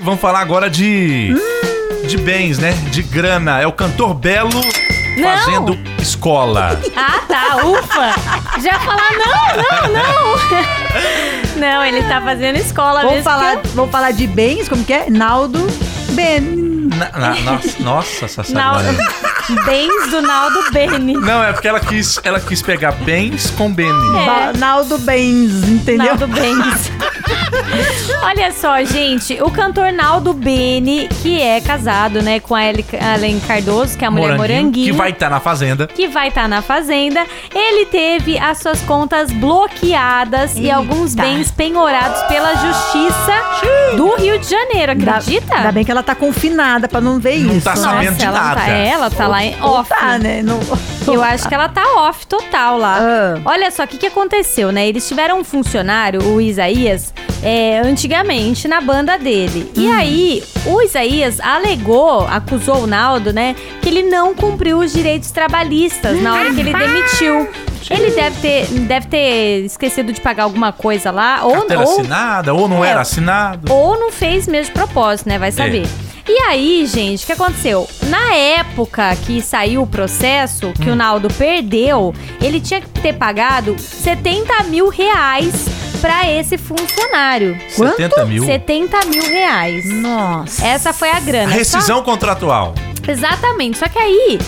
vamos falar agora de bens, né? De grana. É o cantor Belo fazendo escola. Ah, tá, ufa. Já falar não. Não, ele tá fazendo escola mesmo. Vamos falar de bens, como que é? Naldo Beni. Nossa, Sassarina. Bens do Naldo Beni. Não, é porque ela quis pegar bens com Beni. Naldo Bens, entendeu? Naldo Bens. Olha só, gente, o cantor Naldo Beni, que é casado, né, com a Ellen Cardoso, que é a mulher Moranguinho. Que vai estar na Fazenda. Ele teve as suas contas bloqueadas e alguns bens penhorados pela Justiça do Rio de Janeiro, acredita? Ainda bem que ela tá confinada pra não ver não isso. Tá sabendo de nada. Ela tá lá em off. Tá, né? Eu acho que ela tá off total lá. Olha só, o que aconteceu, né? Eles tiveram um funcionário, o Isaías, antigamente na banda dele. E aí, o Isaías acusou o Naldo, né, que ele não cumpriu os direitos trabalhistas na hora que ele demitiu. Ele deve ter esquecido de pagar alguma coisa lá. Carteira assinada, ou não era assinado. Ou não fez mesmo de propósito, né? Vai saber. E aí, gente, o que aconteceu? Na época que saiu o processo, que o Naldo perdeu, ele tinha que ter pagado R$70 mil pra esse funcionário. Quanto? 70 mil? 70 mil reais. Nossa. Essa foi a grana. Rescisão contratual. Exatamente. Só que aí,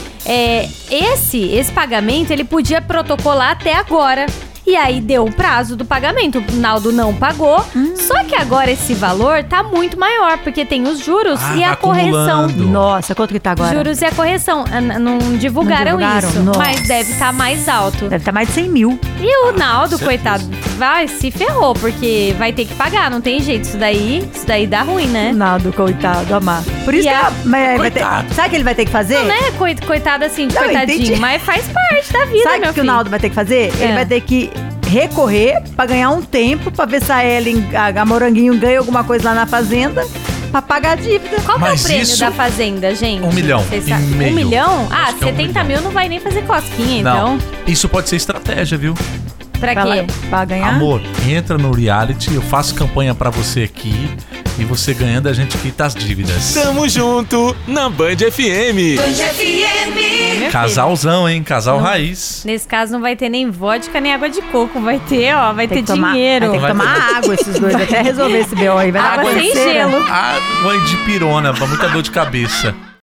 esse pagamento, ele podia protocolar até agora. E aí deu o prazo do pagamento. O Naldo não pagou. Só que agora esse valor tá muito maior, porque tem os juros e a correção. Nossa, quanto que tá agora? Juros e a correção. Não divulgaram isso. Nossa. Mas deve estar mais alto. Deve estar mais de 100 mil. E o Naldo, coitado, se ferrou, porque vai ter que pagar, não tem jeito. Isso daí dá ruim, né? O Naldo, coitado, amar. Por isso vai ter, sabe o que ele vai ter que fazer? Não é coitado assim, de coitadinho, entendi. mas faz parte da vida, sabe meu o que o Naldo vai ter que fazer? Ele vai ter que recorrer pra ganhar um tempo, pra ver se a Moranguinho ganha alguma coisa lá na Fazenda, pra pagar a dívida. Qual que é o prêmio da Fazenda, gente? 1 milhão. 1 milhão? Ah, 70 mil não vai nem fazer cosquinha, então. Isso pode ser estratégia, viu? Pra quê? Pra ganhar? Amor, entra no reality, eu faço campanha pra você aqui e você ganhando, a gente quita as dívidas. Tamo junto na Band FM. Band FM. Casalzão, hein? Casal raiz. Nesse caso não vai ter nem vodka nem água de coco, vai ter dinheiro. Vai ter que tomar água esses dois, até resolver esse B.O. aí. Vai água sem gelo. Água de pirona, pra muita dor de cabeça.